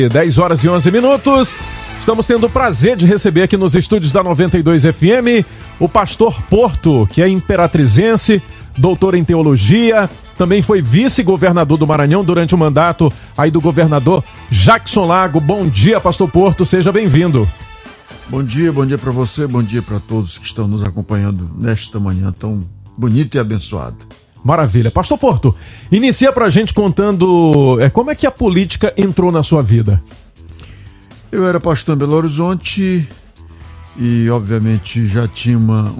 10 horas e 11 minutos. Estamos tendo o prazer de receber aqui nos estúdios da 92 FM o pastor Porto, que é imperatrizense, doutor em teologia, também foi vice-governador do Maranhão durante o mandato aí do governador Jackson Lago. Bom dia, pastor Porto, seja bem-vindo. Bom dia para você, bom dia para todos que estão nos acompanhando nesta manhã tão bonita e abençoada. Maravilha. Pastor Porto, inicia pra gente contando como é que a política entrou na sua vida. Eu era pastor em Belo Horizonte e, obviamente, já tinha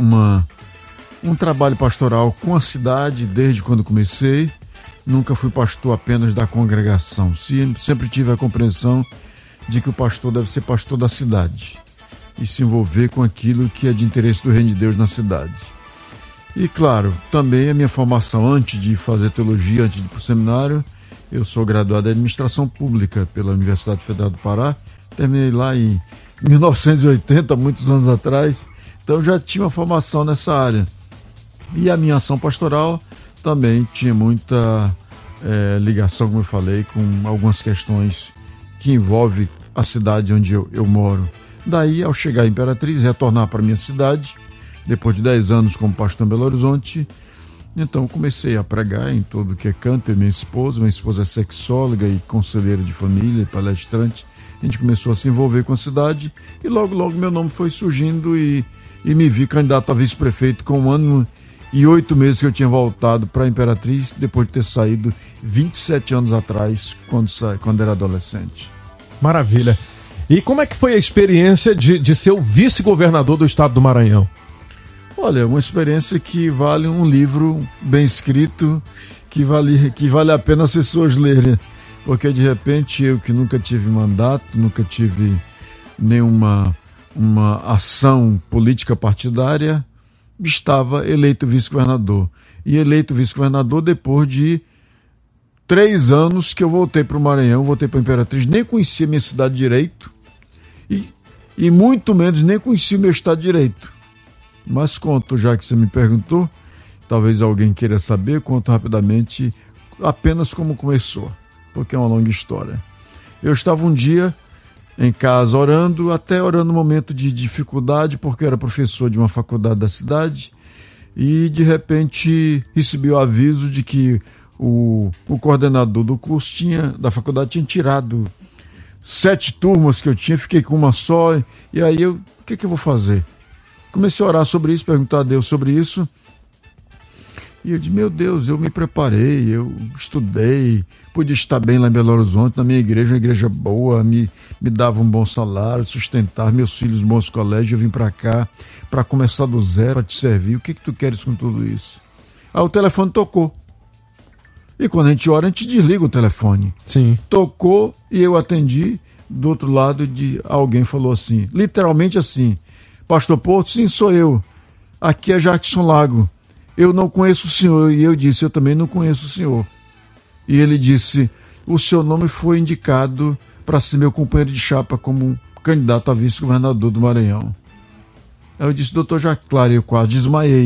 um trabalho pastoral com a cidade desde quando comecei. Nunca fui pastor apenas da congregação. Sempre tive a compreensão de que o pastor deve ser pastor da cidade e se envolver com aquilo que é de interesse do reino de Deus na cidade. E, claro, também a minha formação antes de fazer teologia, antes de ir para o seminário, eu sou graduado em administração pública pela Universidade Federal do Pará. Terminei lá em 1980, muitos anos atrás, então já tinha uma formação nessa área. E a minha ação pastoral também tinha muita ligação, como eu falei, com algumas questões que envolvem a cidade onde eu moro. Daí, ao chegar em Imperatriz, retornar para a minha cidade, depois de 10 anos como pastor em Belo Horizonte, então comecei a pregar em todo o que é canto. Minha esposa é sexóloga e conselheira de família, palestrante. A gente começou a se envolver com a cidade e logo meu nome foi surgindo e me vi candidato a vice-prefeito com 1 ano e 8 meses que eu tinha voltado para a Imperatriz, depois de ter saído 27 anos atrás, quando era adolescente. Maravilha. E como é que foi a experiência de ser o vice-governador do estado do Maranhão? Olha, uma experiência que vale um livro bem escrito, que vale a pena as pessoas lerem. Porque, de repente, eu que nunca tive mandato, nunca tive nenhuma ação política partidária, estava eleito vice-governador. E eleito vice-governador depois de 3 anos que eu voltei para o Maranhão, voltei para a Imperatriz, nem conhecia minha cidade direito e muito menos nem conhecia o meu estado direito. Mas conto, já que você me perguntou, talvez alguém queira saber, conto rapidamente apenas como começou, porque é uma longa história. Eu estava um dia em casa orando no momento de dificuldade, porque eu era professor de uma faculdade da cidade, e de repente recebi o aviso de que o coordenador do curso da faculdade tinha tirado 7 turmas que eu tinha, fiquei com uma só, e aí o que eu vou fazer? Comecei a orar sobre isso, perguntar a Deus sobre isso. E eu disse, meu Deus, eu me preparei, eu estudei, podia estar bem lá em Belo Horizonte, na minha igreja, uma igreja boa, me dava um bom salário, sustentar meus filhos, bons colégios, eu vim para cá para começar do zero, para te servir. O que tu queres com tudo isso? Aí o telefone tocou. E quando a gente ora, a gente desliga o telefone. Sim. Tocou e eu atendi. Do outro lado, alguém falou assim, literalmente assim, Pastor Porto, sim, sou eu. Aqui é Jackson Lago. Eu não conheço o senhor. E eu disse, eu também não conheço o senhor. E ele disse, o seu nome foi indicado para ser meu companheiro de chapa como candidato a vice-governador do Maranhão. Aí eu disse, doutor Jacques, claro, eu quase desmaiei.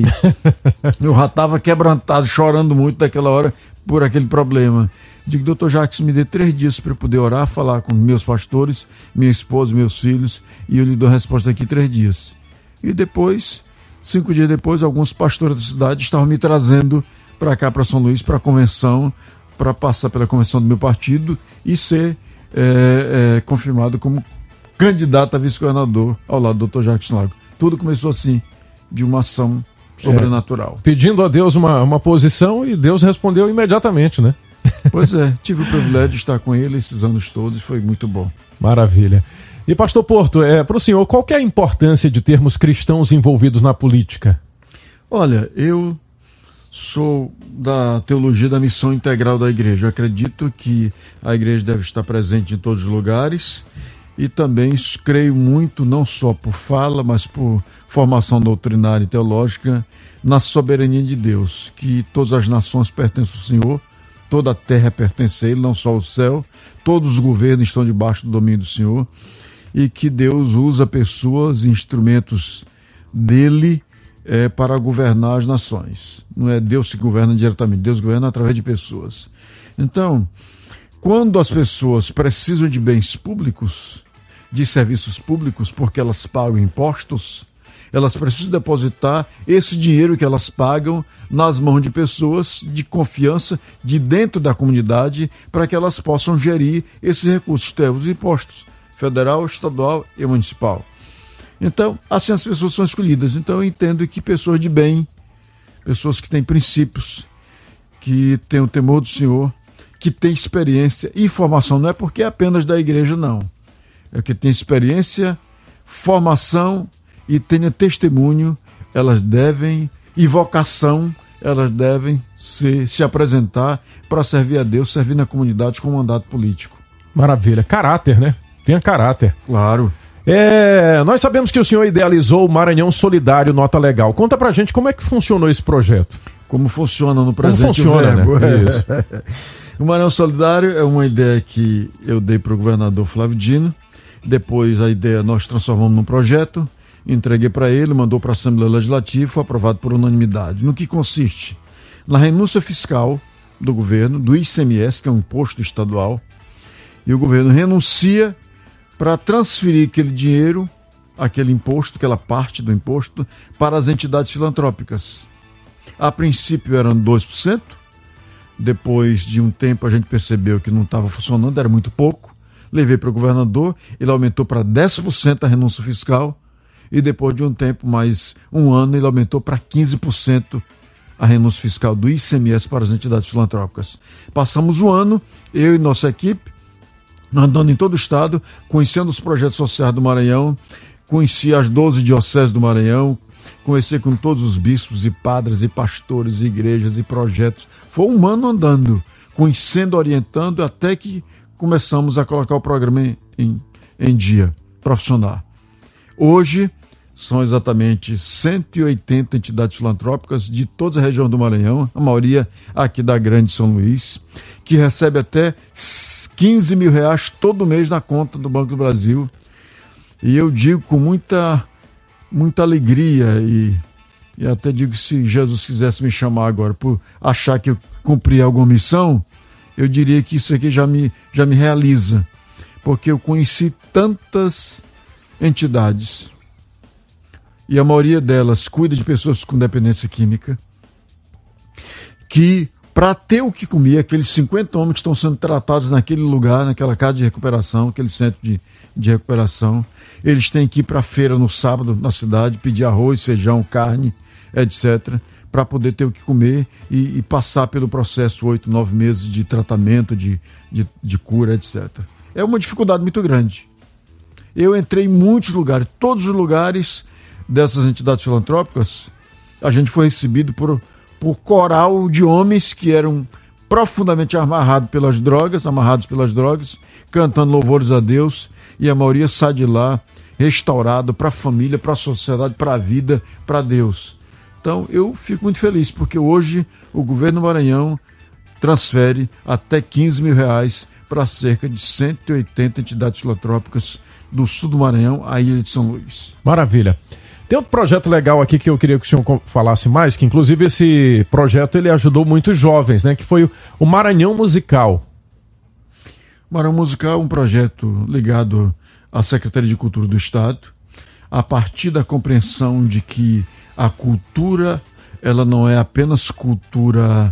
Eu já estava quebrantado, chorando muito daquela hora por aquele problema. Digo, doutor Jacques, me dê 3 dias para eu poder orar, falar com meus pastores, minha esposa, meus filhos, e eu lhe dou a resposta daqui 3 dias. E depois, 5 dias depois, alguns pastores da cidade estavam me trazendo para cá, para São Luís, para a convenção, para passar pela convenção do meu partido e ser confirmado como candidato a vice-governador ao lado do Dr. Jacques Lago. Tudo começou assim, de uma ação sobrenatural. Pedindo a Deus uma posição e Deus respondeu imediatamente, né? Pois é, tive o privilégio de estar com ele esses anos todos e foi muito bom. Maravilha. E pastor Porto, para o senhor, qual que é a importância de termos cristãos envolvidos na política? Olha, eu sou da teologia da missão integral da igreja. Eu acredito que a igreja deve estar presente em todos os lugares e também creio muito, não só por fala, mas por formação doutrinária e teológica, na soberania de Deus, que todas as nações pertencem ao Senhor, toda a terra pertence a Ele, não só o céu, todos os governos estão debaixo do domínio do Senhor, e que Deus usa pessoas e instrumentos dele para governar as nações. Não é Deus que governa diretamente, Deus governa através de pessoas. Então, quando as pessoas precisam de bens públicos, de serviços públicos, porque elas pagam impostos, elas precisam depositar esse dinheiro que elas pagam nas mãos de pessoas de confiança de dentro da comunidade para que elas possam gerir esses recursos, os impostos federal, estadual e municipal. Então, assim as pessoas são escolhidas. Então, eu entendo que pessoas de bem, pessoas que têm princípios, que têm o temor do Senhor, que têm experiência e formação, não é porque é apenas da igreja, não. É que tem experiência, formação e tenha testemunho, elas devem, e vocação, elas devem se apresentar para servir a Deus, servir na comunidade com mandato político. Maravilha. Caráter, né? Tenha caráter. Claro. Nós sabemos que o senhor idealizou o Maranhão Solidário Nota Legal. Conta pra gente como é que funcionou esse projeto. Como funciona no presente como funciona, verbo. Né? Isso. O Maranhão Solidário é uma ideia que eu dei para o governador Flávio Dino. Depois a ideia nós transformamos num projeto, entreguei para ele, mandou para a Assembleia Legislativa, foi aprovado por unanimidade. No que consiste? Na renúncia fiscal do governo, do ICMS, que é um imposto estadual, e o governo renuncia para transferir aquele dinheiro, aquele imposto, aquela parte do imposto, para as entidades filantrópicas. A princípio eram 2%, depois de um tempo a gente percebeu que não estava funcionando, era muito pouco, levei para o governador, ele aumentou para 10% a renúncia fiscal, e depois de um tempo, mais um ano, ele aumentou para 15% a renúncia fiscal do ICMS para as entidades filantrópicas. Passamos um ano, eu e nossa equipe, andando em todo o estado, conhecendo os projetos sociais do Maranhão, conheci as 12 dioceses do Maranhão, conversei com todos os bispos e padres e pastores, igrejas e projetos. Foi um ano andando, conhecendo, orientando, até que começamos a colocar o programa em dia, profissional. Hoje, são exatamente 180 entidades filantrópicas de toda a região do Maranhão, a maioria aqui da Grande São Luís, que recebe até 15 mil reais todo mês na conta do Banco do Brasil. E eu digo com muita alegria e até digo que se Jesus quisesse me chamar agora por achar que eu cumpri alguma missão, eu diria que isso aqui já me realiza, porque eu conheci tantas entidades e a maioria delas cuida de pessoas com dependência química, que para ter o que comer, aqueles 50 homens que estão sendo tratados naquele lugar, naquela casa de recuperação, aquele centro de recuperação, eles têm que ir para a feira no sábado na cidade, pedir arroz, feijão, carne, etc., para poder ter o que comer e passar pelo processo 8, 9 meses de tratamento, de cura, etc. É uma dificuldade muito grande. Eu entrei em muitos lugares, todos os lugares dessas entidades filantrópicas, a gente foi recebido por coral de homens que eram profundamente amarrados pelas drogas, cantando louvores a Deus, e a maioria sai de lá restaurado para a família, para a sociedade, para a vida, para Deus. Então eu fico muito feliz, porque hoje o governo do Maranhão transfere até 15 mil reais para cerca de 180 entidades filantrópicas do sul do Maranhão, a Ilha de São Luís. Maravilha. Tem outro projeto legal aqui que eu queria que o senhor falasse mais, que inclusive esse projeto ele ajudou muitos jovens, né? Que foi o Maranhão Musical. O Maranhão Musical é um projeto ligado à Secretaria de Cultura do Estado, a partir da compreensão de que a cultura, ela não é apenas cultura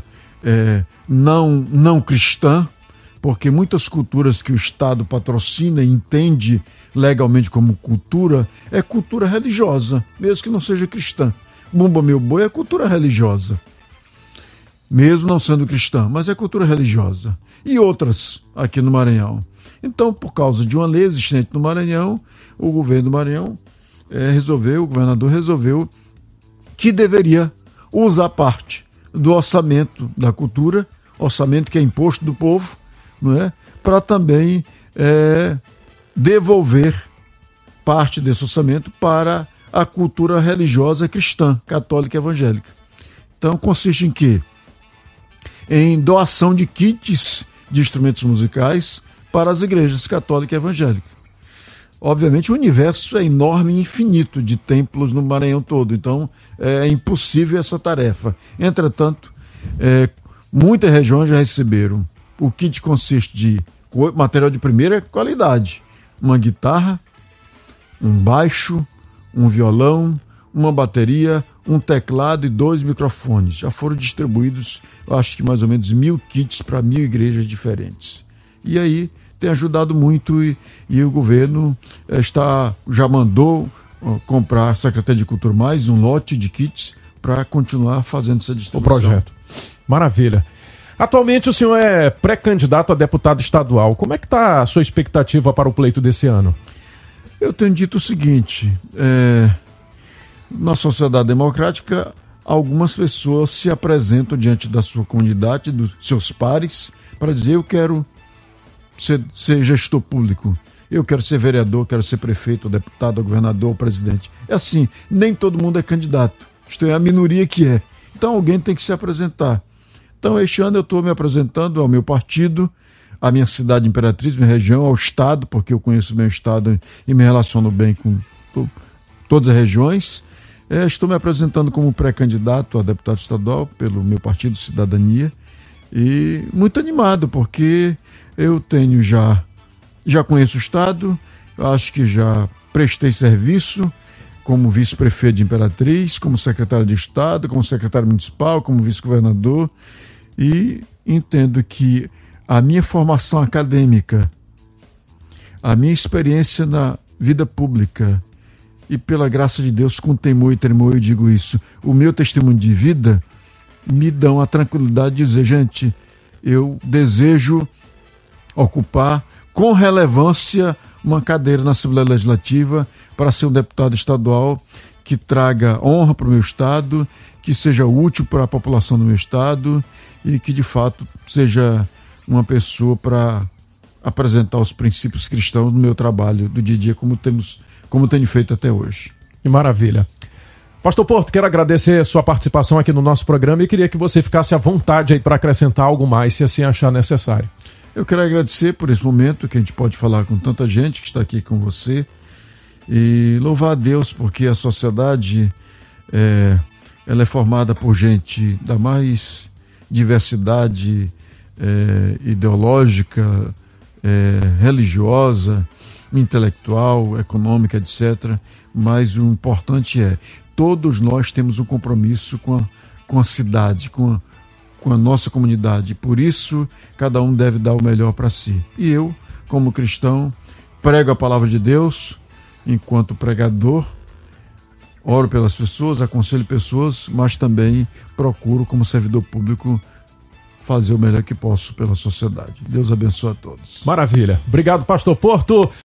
não cristã, porque muitas culturas que o Estado patrocina e entende legalmente como cultura, é cultura religiosa, mesmo que não seja cristã. Bumba Meu Boi é cultura religiosa, mesmo não sendo cristã, mas é cultura religiosa. E outras aqui no Maranhão. Então, por causa de uma lei existente no Maranhão, o governo do Maranhão o governador resolveu que deveria usar parte do orçamento da cultura, orçamento que é imposto do povo, não é? Para também devolver parte desse orçamento para a cultura religiosa cristã, católica e evangélica. Então consiste em quê? Em doação de kits de instrumentos musicais para as igrejas católica e evangélica. Obviamente o universo é enorme e infinito de templos no Maranhão todo, então é impossível essa tarefa. Entretanto, muitas regiões já receberam O kit consiste de material de primeira qualidade: uma guitarra, um baixo, um violão, uma bateria, um teclado e 2 microfones. Já foram distribuídos, eu acho que mais ou menos 1.000 kits para 1.000 igrejas diferentes. E aí tem ajudado muito e o governo já mandou comprar a Secretaria de Cultura mais um lote de kits para continuar fazendo essa distribuição. O projeto. Maravilha. Atualmente o senhor é pré-candidato a deputado estadual. Como é que está a sua expectativa para o pleito desse ano? Eu tenho dito o seguinte, na sociedade democrática, algumas pessoas se apresentam diante da sua comunidade, dos seus pares, para dizer: eu quero ser gestor público, eu quero ser vereador, quero ser prefeito, deputado, governador, presidente. É assim, nem todo mundo é candidato, isto é a minoria que é. Então alguém tem que se apresentar. Então este ano eu estou me apresentando ao meu partido, à minha cidade Imperatriz, minha região, ao estado, porque eu conheço bem o estado e me relaciono bem com todas as regiões. Estou me apresentando como pré-candidato a deputado estadual pelo meu partido Cidadania e muito animado, porque eu tenho já conheço o estado, acho que já prestei serviço como vice-prefeito de Imperatriz, como secretário de Estado, como secretário municipal, como vice-governador, e entendo que a minha formação acadêmica, a minha experiência na vida pública e, pela graça de Deus, com temor e tremor eu digo isso, o meu testemunho de vida me dão a tranquilidade de dizer: gente, eu desejo ocupar com relevância uma cadeira na Assembleia Legislativa para ser um deputado estadual que traga honra para o meu estado, que seja útil para a população do meu estado e que de fato seja uma pessoa para apresentar os princípios cristãos no meu trabalho do dia a dia, como tenho feito até hoje. Que maravilha. Pastor Porto, quero agradecer a sua participação aqui no nosso programa e queria que você ficasse à vontade aí para acrescentar algo mais, se assim achar necessário. Eu quero agradecer por esse momento que a gente pode falar com tanta gente que está aqui com você e louvar a Deus, porque a sociedade ela é formada por gente da mais diversidade ideológica, religiosa, intelectual, econômica, etc. Mas o importante todos nós temos um compromisso com a cidade, com a nossa comunidade. Por isso, cada um deve dar o melhor para si. E eu, como cristão, prego a palavra de Deus enquanto pregador, oro pelas pessoas, aconselho pessoas, mas também procuro, como servidor público, fazer o melhor que posso pela sociedade. Deus abençoe a todos. Maravilha. Obrigado, Pastor Porto.